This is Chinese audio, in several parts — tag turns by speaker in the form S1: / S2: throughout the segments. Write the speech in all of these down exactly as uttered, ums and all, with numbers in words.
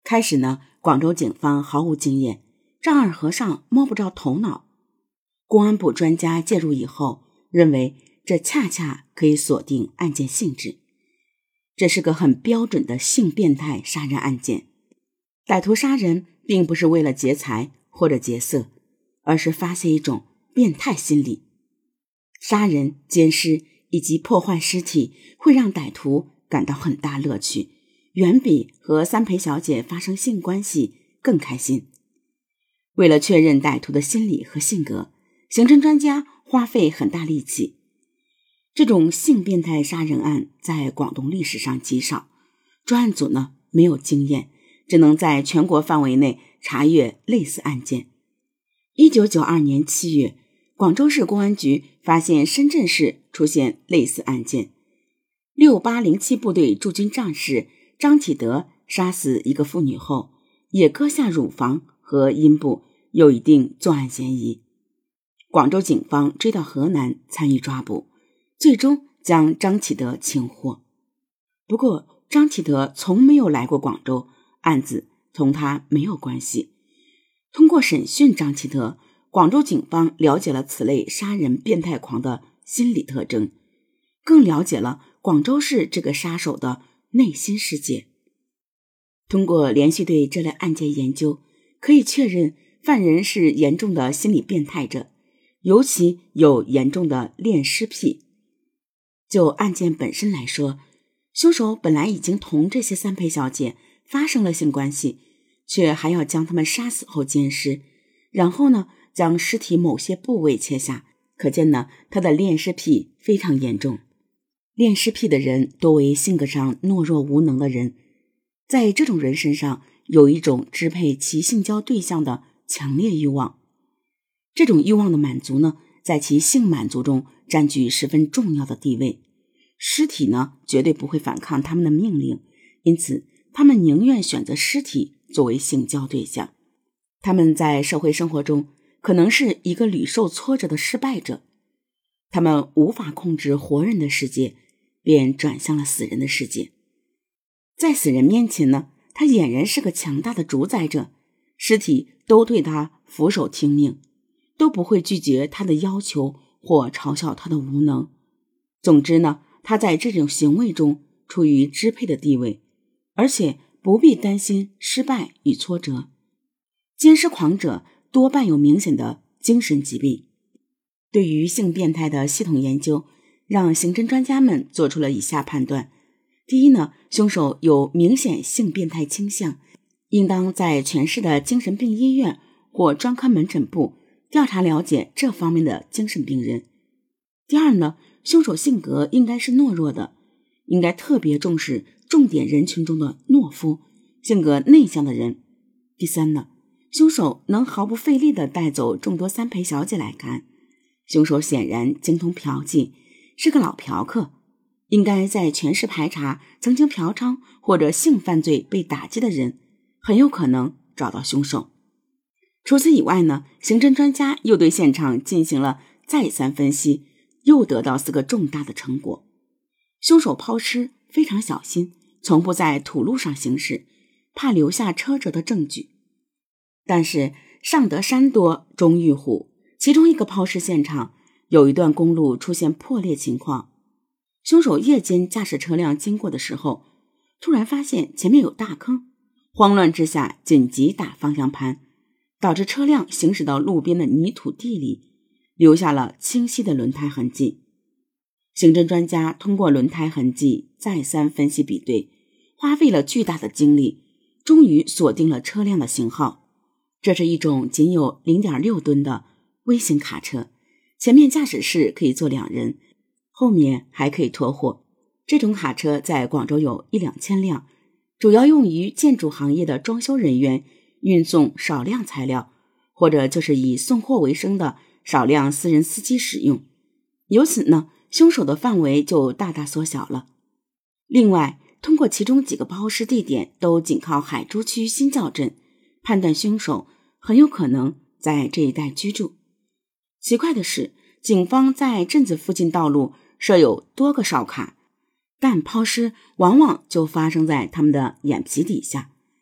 S1: 开始呢，广州警方毫无经验，丈二和尚摸不着头脑。公安部专家介入以后，认为这恰恰可以锁定案件性质。这是个很标准的性变态杀人案件。歹徒杀人并不是为了劫财或者劫色，而是发泄一种变态心理。杀人、奸尸以及破坏尸体会让歹徒感到很大乐趣，远比和三陪小姐发生性关系更开心。为了确认歹徒的心理和性格，刑侦专家花费很大力气。这种性变态杀人案在广东历史上极少，专案组呢没有经验，只能在全国范围内查阅类似案件。一九九二年七月，广州市公安局发现深圳市出现类似案件。六八零七部队驻军战士张启德杀死一个妇女后，也割下乳房和阴部，有一定作案嫌疑。广州警方追到河南参与抓捕，最终将张启德擒获。不过张启德从没有来过广州，案子同他没有关系。通过审讯张启德，广州警方了解了此类杀人变态狂的心理特征，更了解了广州市这个杀手的内心世界。通过连续对这类案件研究，可以确认犯人是严重的心理变态者，尤其有严重的恋尸癖。就案件本身来说，凶手本来已经同这些三陪小姐发生了性关系，却还要将她们杀死后奸尸，然后呢，将尸体某些部位切下，可见呢，他的恋尸癖非常严重。恋尸癖的人多为性格上懦弱无能的人，在这种人身上有一种支配其性交对象的强烈欲望。这种欲望的满足呢，在其性满足中占据十分重要的地位。尸体呢，绝对不会反抗他们的命令，因此他们宁愿选择尸体作为性交对象。他们在社会生活中可能是一个屡受挫折的失败者，他们无法控制活人的世界，便转向了死人的世界。在死人面前呢，他俨然是个强大的主宰者，尸体都对他俯首听命，都不会拒绝他的要求或嘲笑他的无能。总之呢，他在这种行为中处于支配的地位，而且不必担心失败与挫折。奸尸狂者多半有明显的精神疾病。对于性变态的系统研究，让刑侦专家们做出了以下判断。第一呢，凶手有明显性变态倾向，应当在全市的精神病医院或专科门诊部调查了解这方面的精神病人。第二呢，凶手性格应该是懦弱的，应该特别重视重点人群中的懦夫，性格内向的人。第三呢，凶手能毫不费力地带走众多三陪小姐来看，凶手显然精通嫖妓，是个老嫖客，应该在全市排查曾经嫖娼或者性犯罪被打击的人，很有可能找到凶手。除此以外呢，刑侦专家又对现场进行了再三分析，又得到四个重大的成果。凶手抛尸非常小心，从不在土路上行驶，怕留下车辙的证据。但是上得山多终遇虎，其中一个抛尸现场有一段公路出现破裂情况，凶手夜间驾驶车辆经过的时候，突然发现前面有大坑，慌乱之下紧急打方向盘，导致车辆行驶到路边的泥土地里，留下了清晰的轮胎痕迹。刑侦专家通过轮胎痕迹再三分析比对，花费了巨大的精力，终于锁定了车辆的型号。这是一种仅有 零点六吨的微型卡车，前面驾驶室可以坐两人，后面还可以拖货。这种卡车在广州有一两千辆，主要用于建筑行业的装修人员运送少量材料，或者就是以送货为生的少量私人司机使用。由此呢，凶手的范围就大大缩小了。另外，通过其中几个抛尸地点都紧靠海珠区新教镇，判断凶手很有可能在这一带居住。奇怪的是，警方在镇子附近道路设有多个哨卡，但抛尸往往就发生在他们的眼皮底下。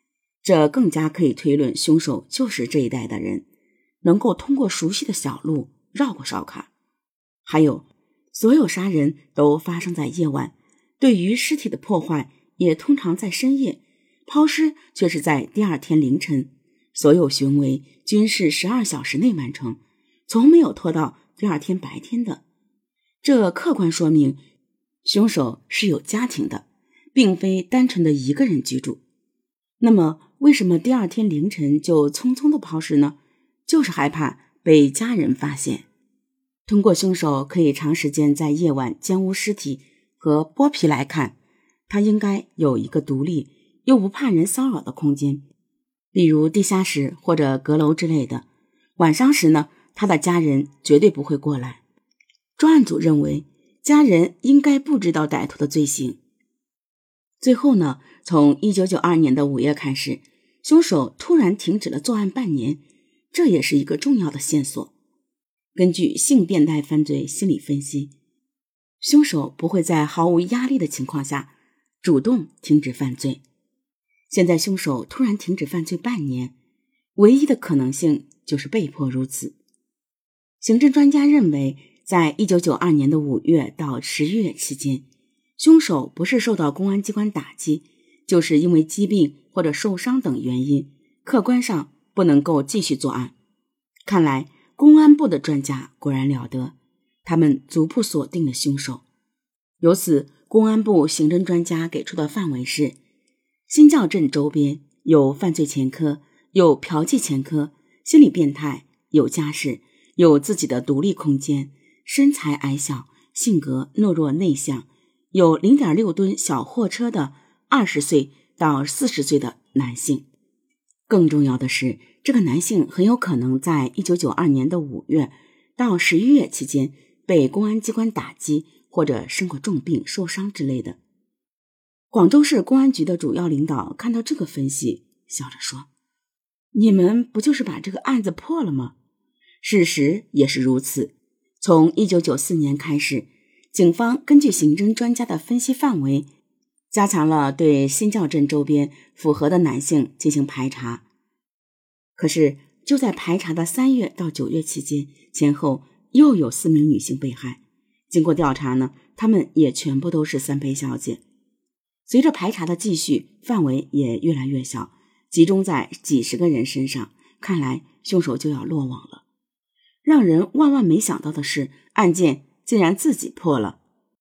S1: 这更加可以推论凶手就是这一带的人，能够通过熟悉的小路绕过烧烤。还有，所有杀人都发生在夜晚，对于尸体的破坏也通常在深夜，抛尸却是在第二天凌晨，所有行为均是十二小时内完成，从没有拖到第二天白天的。这客观说明凶手是有家庭的，并非单纯的一个人居住。那么为什么第二天凌晨就匆匆的抛尸呢？就是害怕被家人发现。通过凶手可以长时间在夜晚奸污尸体和剥皮来看，他应该有一个独立又不怕人骚扰的空间，比如地下室或者阁楼之类的。晚上时呢，他的家人绝对不会过来。专案组认为家人应该不知道歹徒的罪行。最后呢，从一九九二年的五月开始，凶手突然停止了作案半年，这也是一个重要的线索。根据性变态犯罪心理分析，凶手不会在毫无压力的情况下主动停止犯罪。现在凶手突然停止犯罪半年，唯一的可能性就是被迫如此。刑侦专家认为，在一九九二年的五月到十一月期间，凶手不是受到公安机关打击，就是因为疾病或者受伤等原因，客观上不能够继续作案。看来公安部的专家果然了得，他们逐步锁定了凶手。由此，公安部刑侦专家给出的范围是：新教镇周边有犯罪前科，有嫖妓前科，心理变态，有家室，有自己的独立空间，身材矮小，性格懦弱内向，有 零点六 吨小货车的二十岁到四十岁的男性。更重要的是，这个男性很有可能在一九九二年的五月到十一月期间被公安机关打击，或者生过重病受伤之类的。广州市公安局的主要领导看到这个分析，笑着说：“你们不就是把这个案子破了吗？”事实也是如此。从一九九四年开始，警方根据刑侦专家的分析范围，加强了对新教镇周边符合的男性进行排查。可是就在排查的三月到九月期间，前后又有四名女性被害。经过调查呢，她们也全部都是三陪小姐。随着排查的继续，范围也越来越小，集中在几十个人身上，看来凶手就要落网了。让人万万没想到的是，案件竟然自己破了。